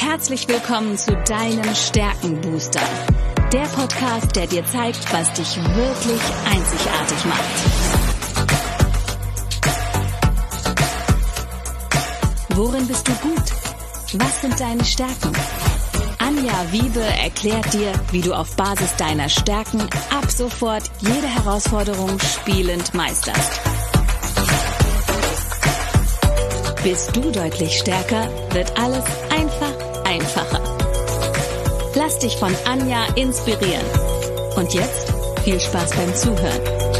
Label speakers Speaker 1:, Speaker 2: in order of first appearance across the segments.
Speaker 1: Herzlich willkommen zu deinem Stärkenbooster. Der Podcast, der dir zeigt, was dich wirklich einzigartig macht. Worin bist du gut? Was sind deine Stärken? Anja Wiebe erklärt dir, wie du auf Basis deiner Stärken ab sofort jede Herausforderung spielend meisterst. Bist du deutlich stärker, wird alles einfacher. Lass dich von Anja inspirieren. Und jetzt viel Spaß beim Zuhören.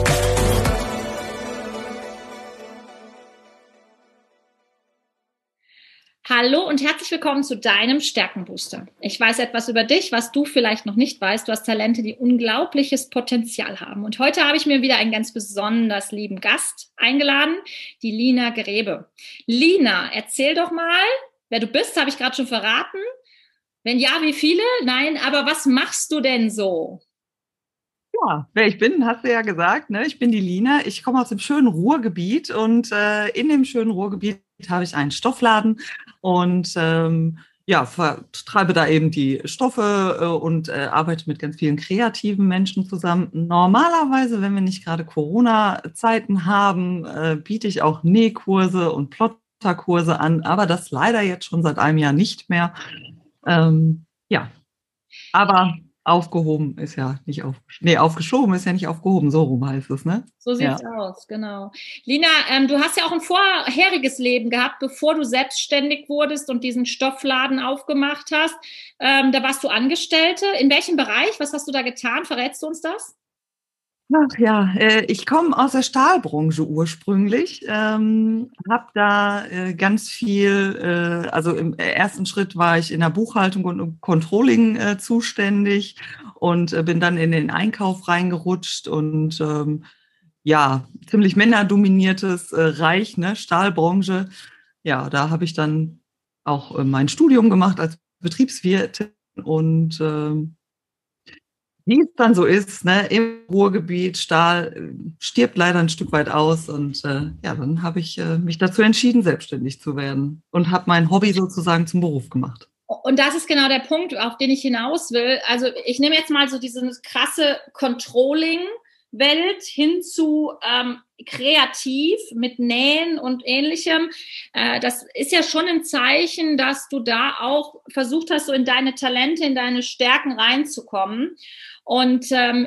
Speaker 2: Hallo und herzlich willkommen zu deinem Stärkenbooster. Ich weiß etwas über dich, was du vielleicht noch nicht weißt. Du hast Talente, die unglaubliches Potenzial haben. Und heute habe ich mir wieder einen ganz besonders lieben Gast eingeladen, die Lina Grebe. Lina, erzähl doch mal, wer du bist, habe ich gerade schon verraten. Wenn ja, wie viele? Nein, aber was machst du denn so?
Speaker 3: Ja, wer ich bin, hast du ja gesagt, ne? Ich bin die Lina. Ich komme aus dem schönen Ruhrgebiet und in dem schönen Ruhrgebiet habe ich einen Stoffladen und vertreibe da eben die Stoffe und arbeite mit ganz vielen kreativen Menschen zusammen. Normalerweise, wenn wir nicht gerade Corona-Zeiten haben, biete ich auch Nähkurse und Plotterkurse an, aber das leider jetzt schon seit einem Jahr nicht mehr. Aber aufgehoben ist ja nicht aufgeschoben ist ja nicht aufgehoben, so rum heißt es, ne?
Speaker 2: So sieht's aus, genau. Lina, du hast ja auch ein vorheriges Leben gehabt, bevor du selbstständig wurdest und diesen Stoffladen aufgemacht hast. Da warst du Angestellte. In welchem Bereich? Was hast du da getan? Verrätst du uns das?
Speaker 3: Ach ja, ich komme aus der Stahlbranche ursprünglich, habe da ganz viel, also im ersten Schritt war ich in der Buchhaltung und im Controlling zuständig und bin dann in den Einkauf reingerutscht und ziemlich männerdominiertes Reich, ne, Stahlbranche. Ja, da habe ich dann auch mein Studium gemacht als Betriebswirtin und wie es dann so ist, ne, im Ruhrgebiet, Stahl stirbt leider ein Stück weit aus und dann habe ich mich dazu entschieden, selbstständig zu werden und habe mein Hobby sozusagen zum Beruf gemacht.
Speaker 2: Und das ist genau der Punkt, auf den ich hinaus will. Also ich nehme jetzt mal so diese krasse Controlling-Welt hin zu kreativ mit Nähen und Ähnlichem. Das ist ja schon ein Zeichen, dass du da auch versucht hast, so in deine Talente, in deine Stärken reinzukommen. Und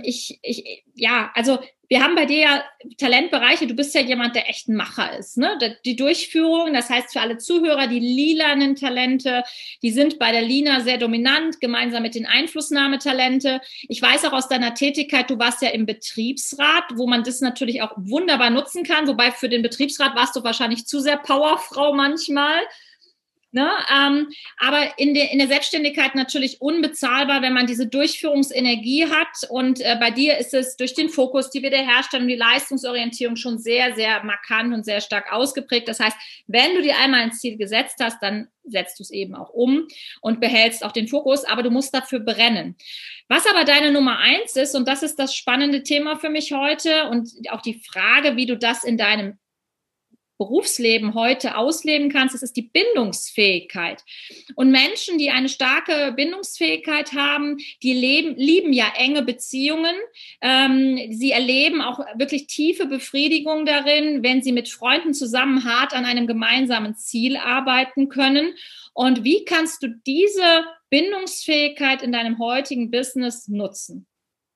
Speaker 2: wir haben bei dir ja Talentbereiche, du bist ja jemand, der echt ein Macher ist, ne? Die Durchführung, das heißt für alle Zuhörer, die lilanen Talente, die sind bei der Lina sehr dominant, gemeinsam mit den Einflussnahmetalente. Ich weiß auch aus deiner Tätigkeit, du warst ja im Betriebsrat, wo man das natürlich auch wunderbar nutzen kann, wobei für den Betriebsrat warst du wahrscheinlich zu sehr Powerfrau manchmal. Ne? Aber in der Selbstständigkeit natürlich unbezahlbar, wenn man diese Durchführungsenergie hat. Und bei dir ist es durch den Fokus, die Wiederherstellung, die Leistungsorientierung schon sehr, sehr markant und sehr stark ausgeprägt. Das heißt, wenn du dir einmal ein Ziel gesetzt hast, dann setzt du es eben auch um und behältst auch den Fokus, aber du musst dafür brennen. Was aber deine Nummer 1 ist, und das ist das spannende Thema für mich heute und auch die Frage, wie du das in deinem Berufsleben heute ausleben kannst, das ist die Bindungsfähigkeit. Und Menschen, die eine starke Bindungsfähigkeit haben, die lieben ja enge Beziehungen. Sie erleben auch wirklich tiefe Befriedigung darin, wenn sie mit Freunden zusammen hart an einem gemeinsamen Ziel arbeiten können. Und wie kannst du diese Bindungsfähigkeit in deinem heutigen Business nutzen?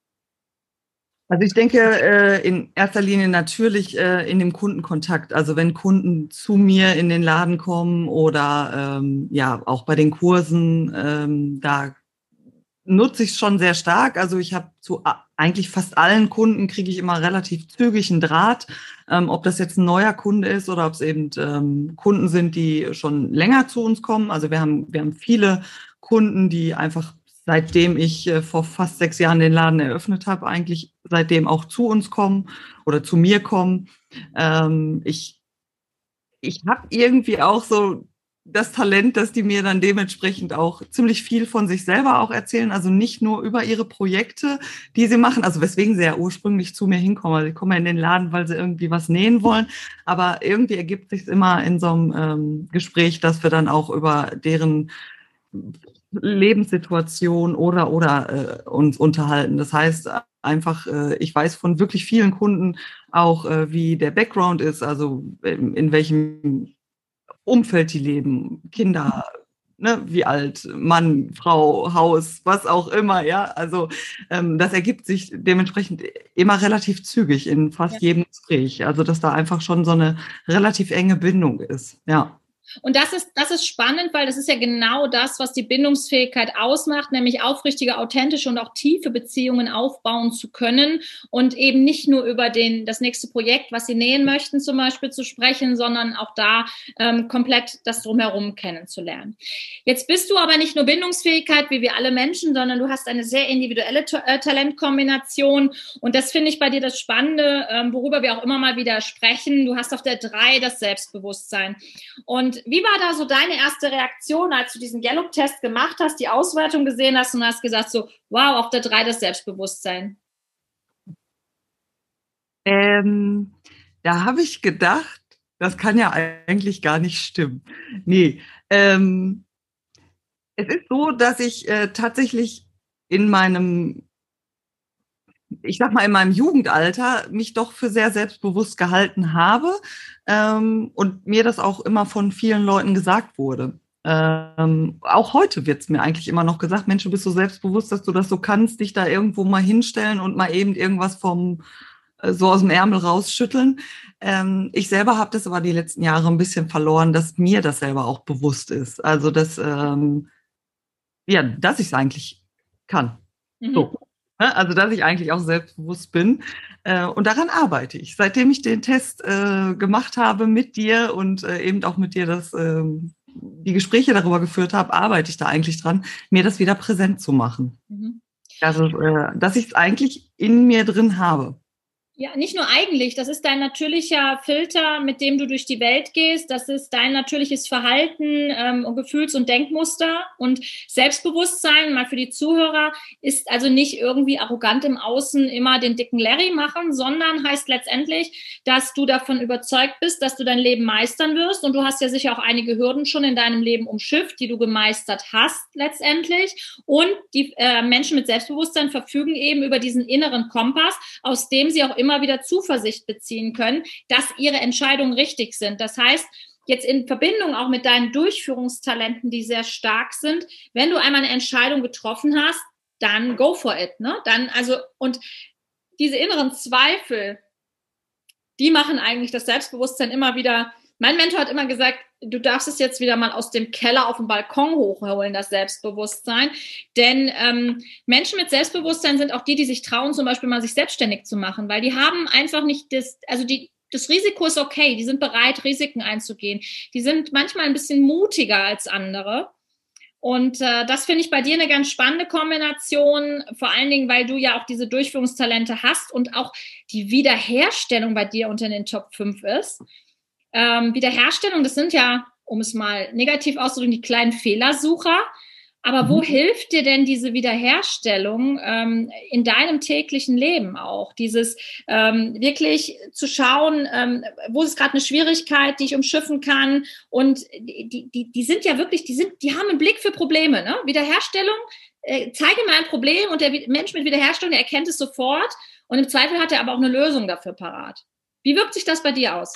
Speaker 3: Also ich denke in erster Linie natürlich in dem Kundenkontakt. Also wenn Kunden zu mir in den Laden kommen oder auch bei den Kursen, da nutze ich es schon sehr stark. Also ich habe zu eigentlich fast allen Kunden kriege ich immer relativ zügig einen Draht. Ob das jetzt ein neuer Kunde ist oder ob es eben Kunden sind, die schon länger zu uns kommen. Also wir haben viele Kunden, die einfach seitdem ich vor fast 6 Jahren den Laden eröffnet habe, eigentlich seitdem auch zu uns kommen oder zu mir kommen. Ich habe irgendwie auch so das Talent, dass die mir dann dementsprechend auch ziemlich viel von sich selber auch erzählen, also nicht nur über ihre Projekte, die sie machen, also weswegen sie ja ursprünglich zu mir hinkommen. Also sie kommen ja in den Laden, weil sie irgendwie was nähen wollen, aber irgendwie ergibt sich immer in so einem Gespräch, dass wir dann auch über deren Lebenssituation oder uns unterhalten. Das heißt einfach, ich weiß von wirklich vielen Kunden auch, wie der Background ist, also in welchem Umfeld die leben, Kinder, ne, wie alt, Mann, Frau, Haus, was auch immer, ja. Also das ergibt sich dementsprechend immer relativ zügig in fast jedem Gespräch. Also dass da einfach schon so eine relativ enge Bindung ist, ja.
Speaker 2: Und das ist spannend, weil das ist ja genau das, was die Bindungsfähigkeit ausmacht, nämlich aufrichtige, authentische und auch tiefe Beziehungen aufbauen zu können und eben nicht nur über das nächste Projekt, was Sie nähen möchten, zum Beispiel zu sprechen, sondern auch da komplett das Drumherum kennenzulernen. Jetzt bist du aber nicht nur Bindungsfähigkeit, wie wir alle Menschen, sondern du hast eine sehr individuelle Talentkombination und das finde ich bei dir das Spannende, worüber wir auch immer mal wieder sprechen. Du hast auf der 3 das Selbstbewusstsein. Und wie war da so deine erste Reaktion, als du diesen Gallup-Test gemacht hast, die Auswertung gesehen hast und hast gesagt so, wow, auf der 3 das Selbstbewusstsein?
Speaker 3: Da habe ich gedacht, das kann ja eigentlich gar nicht stimmen. Nee, es ist so, dass ich tatsächlich in meinem Jugendalter mich doch für sehr selbstbewusst gehalten habe und mir das auch immer von vielen Leuten gesagt wurde. Auch heute wird es mir eigentlich immer noch gesagt, Mensch, du bist so selbstbewusst, dass du das so kannst, dich da irgendwo mal hinstellen und mal eben irgendwas so aus dem Ärmel rausschütteln. Ich selber habe das aber die letzten Jahre ein bisschen verloren, dass mir das selber auch bewusst ist. Also, dass ich es eigentlich kann. Mhm. So. Also, dass ich eigentlich auch selbstbewusst bin. Und daran arbeite ich. Seitdem ich den Test gemacht habe mit dir und eben auch mit dir die Gespräche darüber geführt habe, arbeite ich da eigentlich dran, mir das wieder präsent zu machen. Mhm. Also, dass ich es eigentlich in mir drin habe.
Speaker 2: Ja, nicht nur eigentlich, das ist dein natürlicher Filter, mit dem du durch die Welt gehst. Das ist dein natürliches Verhalten und Gefühls- und Denkmuster. Und Selbstbewusstsein, mal für die Zuhörer, ist also nicht irgendwie arrogant im Außen immer den dicken Larry machen, sondern heißt letztendlich, dass du davon überzeugt bist, dass du dein Leben meistern wirst. Und du hast ja sicher auch einige Hürden schon in deinem Leben umschifft, die du gemeistert hast letztendlich. Und die Menschen mit Selbstbewusstsein verfügen eben über diesen inneren Kompass, aus dem sie auch immer wieder Zuversicht beziehen können, dass ihre Entscheidungen richtig sind. Das heißt, jetzt in Verbindung auch mit deinen Durchführungstalenten, die sehr stark sind, wenn du einmal eine Entscheidung getroffen hast, dann go for it, ne? Und diese inneren Zweifel, die machen eigentlich das Selbstbewusstsein immer wieder. Mein Mentor hat immer gesagt, du darfst es jetzt wieder mal aus dem Keller auf den Balkon hochholen, das Selbstbewusstsein. Denn Menschen mit Selbstbewusstsein sind auch die sich trauen, zum Beispiel mal sich selbstständig zu machen, weil die haben einfach nicht das Risiko ist okay, die sind bereit, Risiken einzugehen. Die sind manchmal ein bisschen mutiger als andere. Und das finde ich bei dir eine ganz spannende Kombination, vor allen Dingen, weil du ja auch diese Durchführungstalente hast und auch die Wiederherstellung bei dir unter den Top 5 ist. Wiederherstellung, das sind ja, um es mal negativ auszudrücken, die kleinen Fehlersucher. Aber wo hilft dir denn diese Wiederherstellung in deinem täglichen Leben auch? Dieses wirklich zu schauen, wo ist gerade eine Schwierigkeit, die ich umschiffen kann? Und die sind ja wirklich, die haben einen Blick für Probleme, ne? Wiederherstellung, zeige mir ein Problem und der Mensch mit Wiederherstellung, der erkennt es sofort und im Zweifel hat er aber auch eine Lösung dafür parat. Wie wirkt sich das bei dir aus?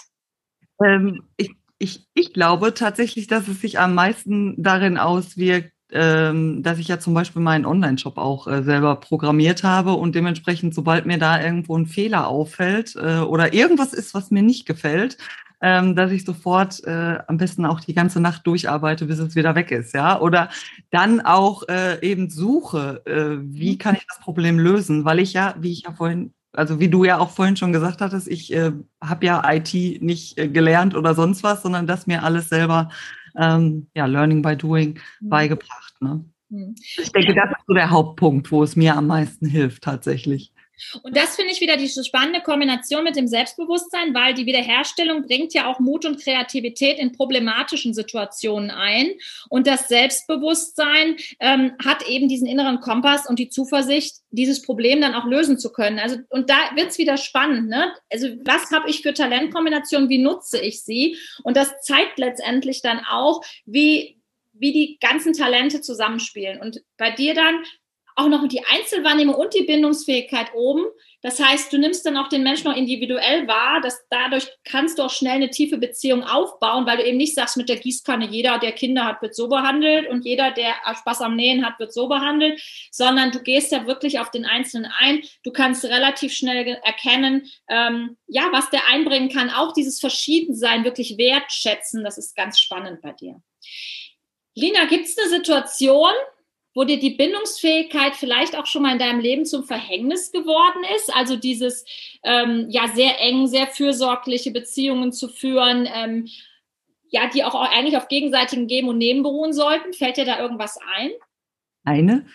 Speaker 3: Ich glaube tatsächlich, dass es sich am meisten darin auswirkt, dass ich ja zum Beispiel meinen Online-Shop auch selber programmiert habe und dementsprechend, sobald mir da irgendwo ein Fehler auffällt oder irgendwas ist, was mir nicht gefällt, dass ich sofort am besten auch die ganze Nacht durcharbeite, bis es wieder weg ist, ja. Oder dann auch eben suche, wie kann ich das Problem lösen, weil wie du ja auch vorhin schon gesagt hattest, ich habe ja IT nicht gelernt oder sonst was, sondern das mir alles selber, Learning by Doing beigebracht. Ne? Ich denke, das ist so der Hauptpunkt, wo es mir am meisten hilft tatsächlich.
Speaker 2: Und das finde ich wieder die spannende Kombination mit dem Selbstbewusstsein, weil die Wiederherstellung bringt ja auch Mut und Kreativität in problematischen Situationen ein. Und das Selbstbewusstsein hat eben diesen inneren Kompass und die Zuversicht, dieses Problem dann auch lösen zu können. Also, und da wird es wieder spannend, ne? Also, was habe ich für Talentkombinationen, wie nutze ich sie? Und das zeigt letztendlich dann auch, wie wie die ganzen Talente zusammenspielen. Und bei dir dann auch noch die Einzelwahrnehmung und die Bindungsfähigkeit oben. Das heißt, du nimmst dann auch den Menschen noch individuell wahr, dadurch kannst du auch schnell eine tiefe Beziehung aufbauen, weil du eben nicht sagst, mit der Gießkanne, jeder, der Kinder hat, wird so behandelt und jeder, der Spaß am Nähen hat, wird so behandelt, sondern du gehst ja wirklich auf den Einzelnen ein. Du kannst relativ schnell erkennen, was der einbringen kann. Auch dieses Verschiedensein wirklich wertschätzen, das ist ganz spannend bei dir. Lina, gibt es eine Situation, wo dir die Bindungsfähigkeit vielleicht auch schon mal in deinem Leben zum Verhängnis geworden ist? Also dieses sehr eng, sehr fürsorgliche Beziehungen zu führen, die auch eigentlich auf gegenseitigem Geben und Nehmen beruhen sollten. Fällt dir da irgendwas ein?
Speaker 3: Eine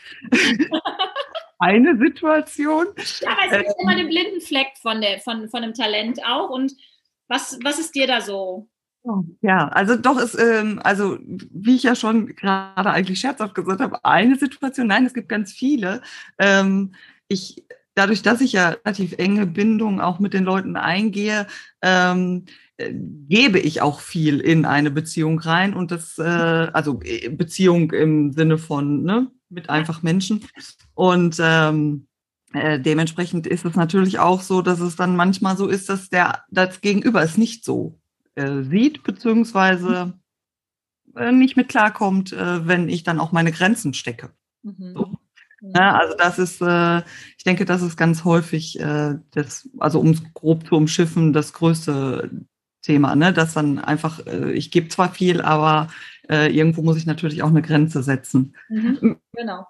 Speaker 3: Situation?
Speaker 2: Ja, weil es gibt immer den blinden Fleck von dem Talent auch. Und was ist dir da so?
Speaker 3: Ja, also doch ist, wie ich ja schon gerade eigentlich scherzhaft gesagt habe, eine Situation, nein, es gibt ganz viele. Dadurch, dass ich ja relativ enge Bindungen auch mit den Leuten eingehe, gebe ich auch viel in eine Beziehung rein und Beziehung im Sinne von, mit einfach Menschen. Und dementsprechend ist es natürlich auch so, dass es dann manchmal so ist, dass das Gegenüber es nicht so sieht, beziehungsweise nicht mit klarkommt, wenn ich dann auch meine Grenzen stecke. Mhm. So. Ja, also das ist, ich denke, das ist ganz häufig, um es grob zu umschiffen, das größte Thema, ne? Dass dann einfach, ich gebe zwar viel, aber irgendwo muss ich natürlich auch eine Grenze setzen.
Speaker 2: Mhm. Genau.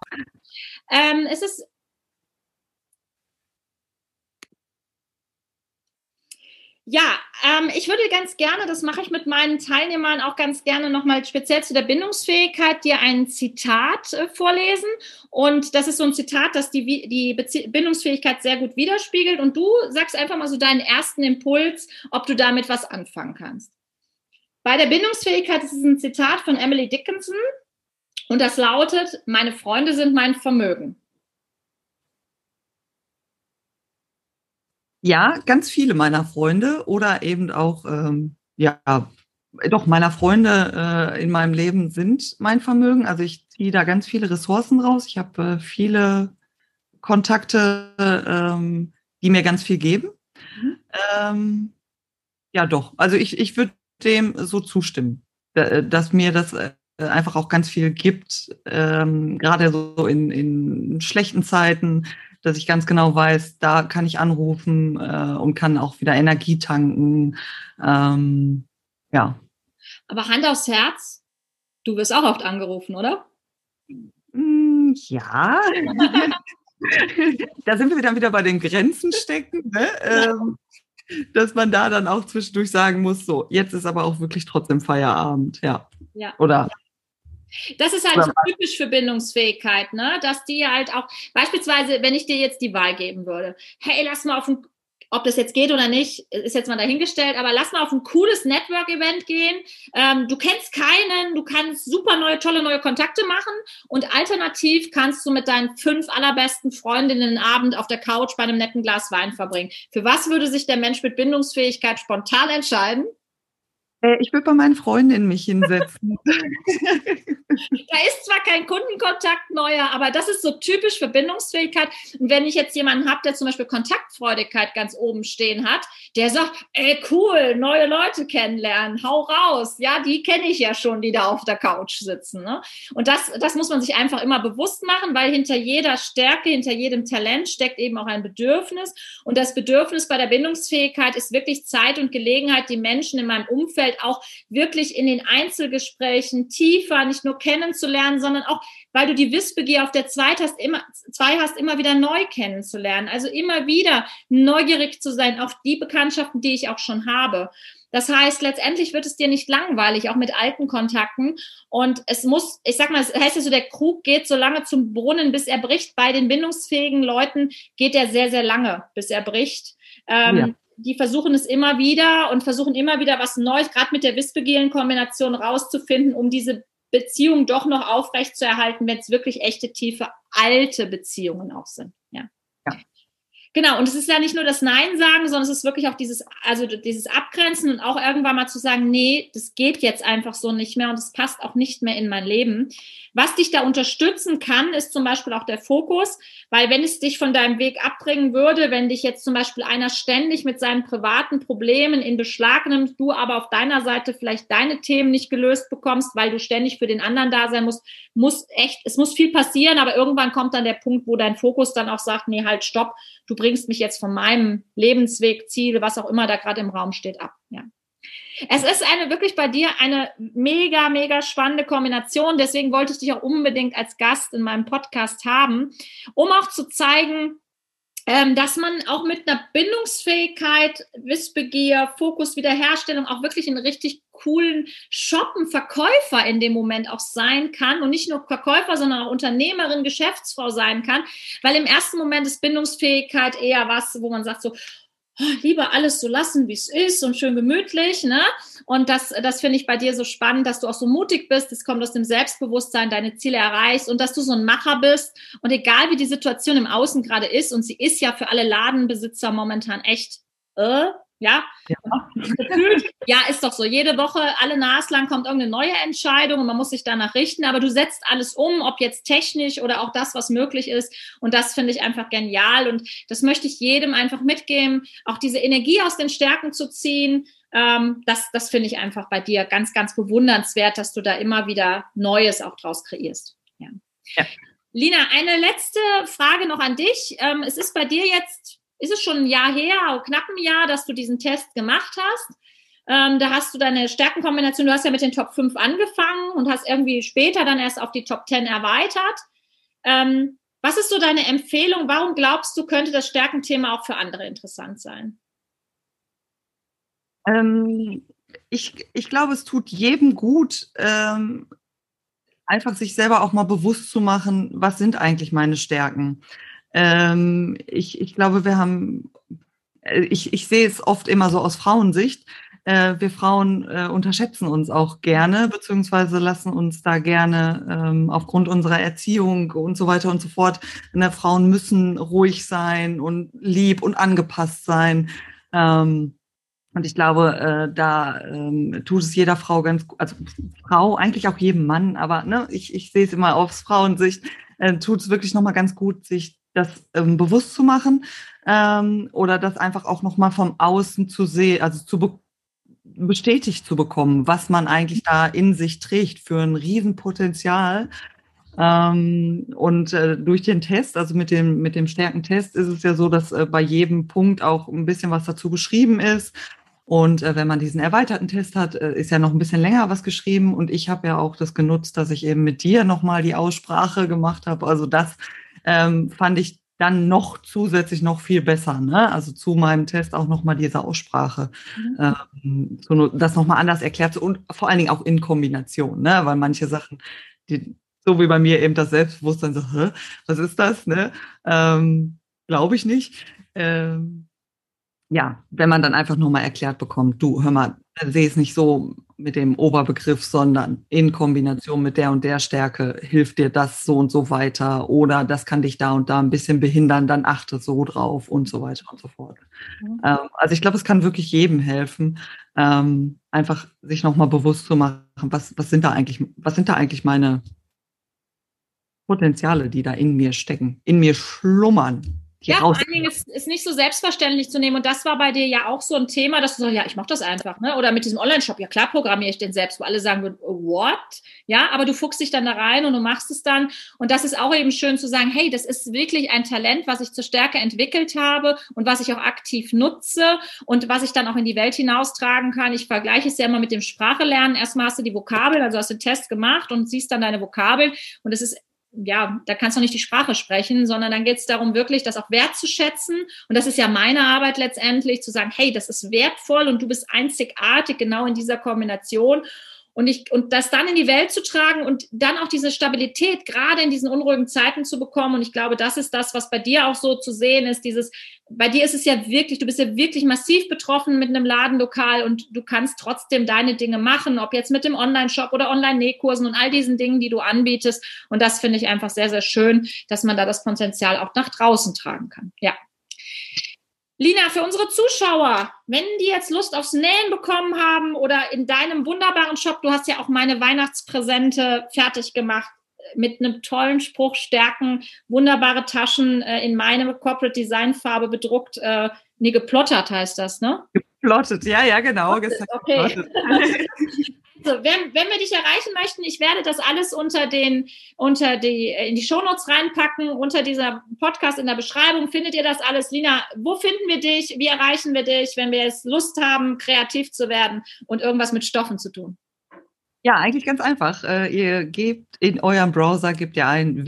Speaker 2: Ich würde ganz gerne, das mache ich mit meinen Teilnehmern auch ganz gerne nochmal speziell zu der Bindungsfähigkeit, dir ein Zitat vorlesen. Und das ist so ein Zitat, das die Bindungsfähigkeit sehr gut widerspiegelt. Und du sagst einfach mal so deinen ersten Impuls, ob du damit was anfangen kannst. Bei der Bindungsfähigkeit ist es ein Zitat von Emily Dickinson. Und das lautet: Meine Freunde sind mein Vermögen.
Speaker 3: Ja, ganz viele meiner Freunde oder eben auch, meiner Freunde in meinem Leben sind mein Vermögen. Also ich ziehe da ganz viele Ressourcen raus. Ich habe viele Kontakte, die mir ganz viel geben. Mhm. Also ich würde dem so zustimmen, dass mir das einfach auch ganz viel gibt, gerade so in schlechten Zeiten, dass ich ganz genau weiß, da kann ich anrufen und kann auch wieder Energie tanken. Ja.
Speaker 2: Aber Hand aufs Herz, du wirst auch oft angerufen, oder?
Speaker 3: Ja. Da sind wir dann wieder bei den Grenzen stecken, ne? Dass man da dann auch zwischendurch sagen muss, so, jetzt ist aber auch wirklich trotzdem Feierabend. Ja. Oder
Speaker 2: das ist halt so typisch für Bindungsfähigkeit, ne? Dass die halt auch, beispielsweise, wenn ich dir jetzt die Wahl geben würde, hey, lass mal ob das jetzt geht oder nicht, ist jetzt mal dahingestellt, aber lass mal auf ein cooles Network-Event gehen. Du kennst keinen, du kannst super tolle neue Kontakte machen und alternativ kannst du mit deinen 5 allerbesten Freundinnen einen Abend auf der Couch bei einem netten Glas Wein verbringen. Für was würde sich der Mensch mit Bindungsfähigkeit spontan entscheiden?
Speaker 3: Ich würde bei meinen Freundinnen mich hinsetzen.
Speaker 2: Da ist zwar kein Kundenkontakt neuer, aber das ist so typisch für Bindungsfähigkeit. Und wenn ich jetzt jemanden habe, der zum Beispiel Kontaktfreudigkeit ganz oben stehen hat, der sagt, ey, cool, neue Leute kennenlernen, hau raus. Ja, die kenne ich ja schon, die da auf der Couch sitzen. Ne? Und das muss man sich einfach immer bewusst machen, weil hinter jeder Stärke, hinter jedem Talent steckt eben auch ein Bedürfnis. Und das Bedürfnis bei der Bindungsfähigkeit ist wirklich Zeit und Gelegenheit, die Menschen in meinem Umfeld auch wirklich in den Einzelgesprächen tiefer, nicht nur kennenzulernen, sondern auch, weil du die Wissbegier auf der 2 hast, immer wieder neu kennenzulernen. Also immer wieder neugierig zu sein auf die Bekanntschaften, die ich auch schon habe. Das heißt, letztendlich wird es dir nicht langweilig, auch mit alten Kontakten. Und es heißt ja so, der Krug geht so lange zum Brunnen, bis er bricht. Bei den bindungsfähigen Leuten geht er sehr, sehr lange, bis er bricht. Die versuchen es immer wieder und versuchen immer wieder was Neues, gerade mit der Wissbegieren-Kombination rauszufinden, um diese Beziehung doch noch aufrecht zu erhalten, wenn es wirklich echte, tiefe, alte Beziehungen auch sind. Ja. Genau, und es ist ja nicht nur das Nein sagen, sondern es ist wirklich auch dieses Abgrenzen und auch irgendwann mal zu sagen, nee, das geht jetzt einfach so nicht mehr und es passt auch nicht mehr in mein Leben. Was dich da unterstützen kann, ist zum Beispiel auch der Fokus, weil wenn es dich von deinem Weg abbringen würde, wenn dich jetzt zum Beispiel einer ständig mit seinen privaten Problemen in Beschlag nimmt, du aber auf deiner Seite vielleicht deine Themen nicht gelöst bekommst, weil du ständig für den anderen da sein musst, es muss viel passieren, aber irgendwann kommt dann der Punkt, wo dein Fokus dann auch sagt, nee, halt, stopp, du bringst mich jetzt von meinem Lebensweg, Ziel, was auch immer da gerade im Raum steht, ab. Ja. Es ist wirklich bei dir eine mega, mega spannende Kombination. Deswegen wollte ich dich auch unbedingt als Gast in meinem Podcast haben, um auch zu zeigen, dass man auch mit einer Bindungsfähigkeit, Wissbegier, Fokus, Wiederherstellung auch wirklich einen richtig coolen Verkäufer in dem Moment auch sein kann und nicht nur Verkäufer, sondern auch Unternehmerin, Geschäftsfrau sein kann, weil im ersten Moment ist Bindungsfähigkeit eher was, wo man sagt so, lieber alles so lassen, wie es ist und schön gemütlich, ne? Und das finde ich bei dir so spannend, dass du auch so mutig bist, es kommt aus dem Selbstbewusstsein, deine Ziele erreichst und dass du so ein Macher bist und egal wie die Situation im Außen gerade ist und sie ist ja für alle Ladenbesitzer momentan echt, ja. Gefühlt, ja, ist doch so. Jede Woche, alle naslang kommt irgendeine neue Entscheidung und man muss sich danach richten, aber du setzt alles um, ob jetzt technisch oder auch das, was möglich ist und das finde ich einfach genial und das möchte ich jedem einfach mitgeben, auch diese Energie aus den Stärken zu ziehen, das finde ich einfach bei dir ganz, ganz bewundernswert, dass du da immer wieder Neues auch draus kreierst. Ja. Lina, eine letzte Frage noch an dich. Es ist bei dir jetzt, ist es schon ein Jahr her, knapp ein Jahr, dass du diesen Test gemacht hast. Da hast du deine Stärkenkombination, du hast ja mit den Top 5 angefangen und hast irgendwie später dann erst auf die Top 10 erweitert. Was ist so deine Empfehlung? Warum glaubst du, könnte das Stärkenthema auch für andere interessant sein?
Speaker 3: Ich glaube, es tut jedem gut, einfach sich selber auch mal bewusst zu machen, was sind eigentlich meine Stärken. Ich glaube, ich sehe es oft immer so aus Frauensicht. Wir Frauen unterschätzen uns auch gerne, beziehungsweise lassen uns da gerne aufgrund unserer Erziehung und so weiter und so fort. Frauen müssen ruhig sein und lieb und angepasst sein. Und ich glaube, da tut es jeder Frau ganz gut, also Frau, eigentlich auch jedem Mann, aber ne, ich sehe es immer aus Frauensicht, tut es wirklich nochmal ganz gut, sich das bewusst zu machen oder das einfach auch nochmal vom Außen zu sehen, also bestätigt zu bekommen, was man eigentlich da in sich trägt für ein Riesenpotenzial. Durch den Test, also mit dem Stärkentest, ist es ja so, dass bei jedem Punkt auch ein bisschen was dazu geschrieben ist. Und wenn man diesen erweiterten Test hat, ist ja noch ein bisschen länger was geschrieben. Und ich habe ja auch das genutzt, dass ich eben mit dir nochmal die Aussprache gemacht habe. Also das fand ich dann noch zusätzlich noch viel besser, ne? Also zu meinem Test auch nochmal diese Aussprache, das nochmal anders erklärt und vor allen Dingen auch in Kombination, ne? Weil manche Sachen, so wie bei mir eben das Selbstbewusstsein, so, was ist das, ne? Glaube ich nicht. Ja, wenn man dann einfach nur mal erklärt bekommt, du, hör mal, sehe es nicht so mit dem Oberbegriff, sondern in Kombination mit der und der Stärke hilft dir das so und so weiter oder das kann dich da und da ein bisschen behindern, dann achte so drauf und so weiter und so fort. Also ich glaube, es kann wirklich jedem helfen, einfach sich nochmal bewusst zu machen, was sind da eigentlich meine Potenziale, die da in mir stecken, in mir schlummern.
Speaker 2: Ja, vor allen Dingen ist nicht so selbstverständlich zu nehmen. Und das war bei dir ja auch so ein Thema, dass du sagst, ja, ich mache das einfach, ne? Oder mit diesem Online-Shop, ja klar, programmiere ich den selbst, wo alle sagen würden, what? Ja, aber du fuchst dich dann da rein und du machst es dann. Und das ist auch eben schön zu sagen, hey, das ist wirklich ein Talent, was ich zur Stärke entwickelt habe und was ich auch aktiv nutze und was ich dann auch in die Welt hinaustragen kann. Ich vergleiche es ja immer mit dem Sprachelernen. Erstmal hast du die Vokabeln, also hast du den Test gemacht und siehst dann deine Vokabeln. Und es ist ja, da kannst du nicht die Sprache sprechen, sondern dann geht es darum, wirklich das auch wertzuschätzen. Und das ist ja meine Arbeit letztendlich, zu sagen, hey, das ist wertvoll und du bist einzigartig genau in dieser Kombination. Und das dann in die Welt zu tragen und dann auch diese Stabilität gerade in diesen unruhigen Zeiten zu bekommen. Und ich glaube, das ist das, was bei dir auch so zu sehen ist. Bei dir ist es ja wirklich, du bist ja wirklich massiv betroffen mit einem Ladenlokal und du kannst trotzdem deine Dinge machen, ob jetzt mit dem Online-Shop oder Online-Nähkursen und all diesen Dingen, die du anbietest. Und das finde ich einfach sehr, sehr schön, dass man da das Potenzial auch nach draußen tragen kann. Ja. Lina, für unsere Zuschauer, wenn die jetzt Lust aufs Nähen bekommen haben oder in deinem wunderbaren Shop, du hast ja auch meine Weihnachtspräsente fertig gemacht, mit einem tollen Spruch, Stärken, wunderbare Taschen in meine Corporate Design Farbe bedruckt, geplottert heißt das, ne?
Speaker 3: Geplottet, ja, genau.
Speaker 2: Okay. Also, wenn wir dich erreichen möchten, ich werde das alles in die Shownotes reinpacken, unter dieser Podcast in der Beschreibung findet ihr das alles. Lina, wo finden wir dich? Wie erreichen wir dich, wenn wir jetzt Lust haben, kreativ zu werden und irgendwas mit Stoffen zu tun?
Speaker 3: Ja, eigentlich ganz einfach. Ihr gebt in eurem Browser, gebt ihr ein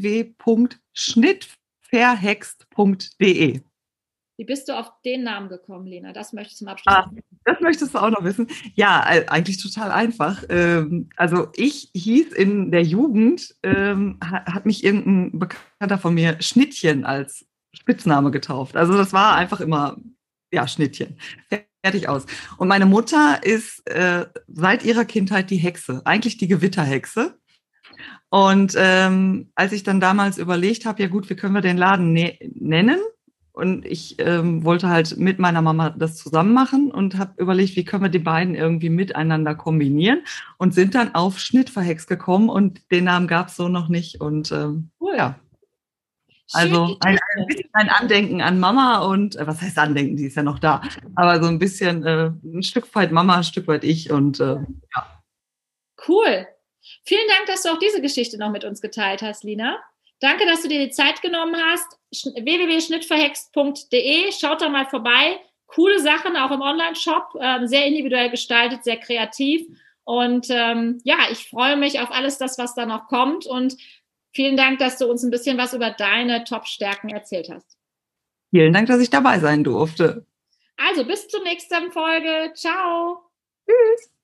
Speaker 3: www.schnittverhext.de.
Speaker 2: Wie bist du auf den Namen gekommen, Lina? Das möchte ich zum Abschluss wissen.
Speaker 3: Das möchtest du auch noch wissen? Ja, eigentlich total einfach. Also ich hieß in der Jugend, hat mich irgendein Bekannter von mir Schnittchen als Spitzname getauft. Also das war einfach immer, ja, Schnittchen. Fertig aus. Und meine Mutter ist seit ihrer Kindheit die Hexe, eigentlich die Gewitterhexe. Und als ich dann damals überlegt habe, ja gut, wie können wir den Laden nennen? Und ich wollte halt mit meiner Mama das zusammen machen und habe überlegt, wie können wir die beiden irgendwie miteinander kombinieren und sind dann auf Schnittverhext gekommen und den Namen gab es so noch nicht. Und
Speaker 2: cool.
Speaker 3: Ja. Also ein Andenken an Mama und was heißt Andenken, die ist ja noch da, aber so ein bisschen ein Stück weit Mama, ein Stück weit ich und ja.
Speaker 2: Cool. Vielen Dank, dass du auch diese Geschichte noch mit uns geteilt hast, Lina. Danke, dass du dir die Zeit genommen hast. www.schnittverhext.de. Schaut da mal vorbei. Coole Sachen, auch im Online-Shop. Sehr individuell gestaltet, sehr kreativ. Und ich freue mich auf alles das, was da noch kommt. Und vielen Dank, dass du uns ein bisschen was über deine Top-Stärken erzählt hast.
Speaker 3: Vielen Dank, dass ich dabei sein durfte.
Speaker 2: Also bis zur nächsten Folge. Ciao.
Speaker 3: Tschüss.